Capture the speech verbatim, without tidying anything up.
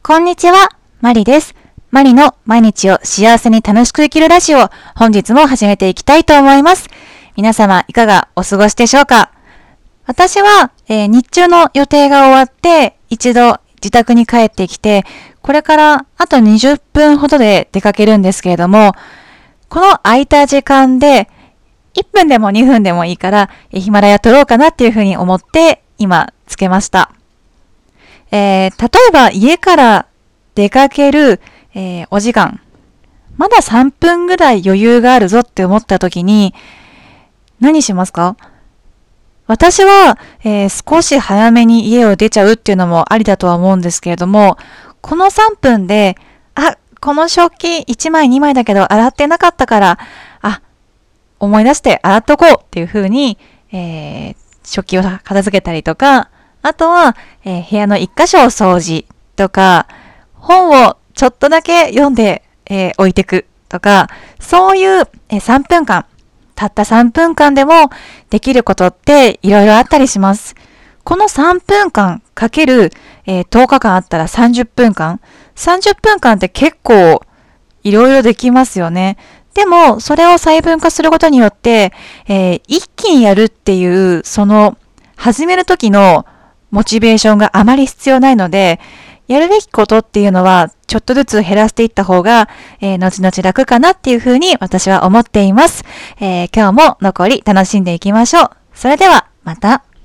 こんにちは、マリです。マリの毎日を幸せに楽しく生きるラジオ、本日も始めていきたいと思います。皆様いかがお過ごしでしょうか？私は、えー、日中の予定が終わって一度自宅に帰ってきて、これからあとにじゅっぷんほどで出かけるんですけれども、この空いた時間でいっぷんでもにふんでもいいからヒマラヤ撮ろうかなっていうふうに思って今つけました。えー、例えば家から出かける、えー、お時間、まださんぷんぐらい余裕があるぞって思った時に何しますか？私は、えー、少し早めに家を出ちゃうっていうのもありだとは思うんですけれども、このさんぷんで、あ、この食器いちまいにまいだけど洗ってなかったから、あ、思い出して洗っとこうっていう風に、えー、食器を片付けたりとか、あとは、えー、部屋の一箇所を掃除とか、本をちょっとだけ読んで、えー、置いてくとか、そういう、えー、さんぷんかん、たったさんぷんかんでもできることっていろいろあったりします。このさんぷんかんかける、えー、とおかかんあったらさんじゅっぷんかん。さんじゅっぷんかんって結構いろいろできますよね。でも、それを細分化することによって、えー、一気にやるっていう、その、始める時のモチベーションがあまり必要ないので、やるべきことっていうのは、ちょっとずつ減らしていった方が、えー、後々楽かなっていうふうに私は思っています。えー、今日も残り楽しんでいきましょう。それでは、また。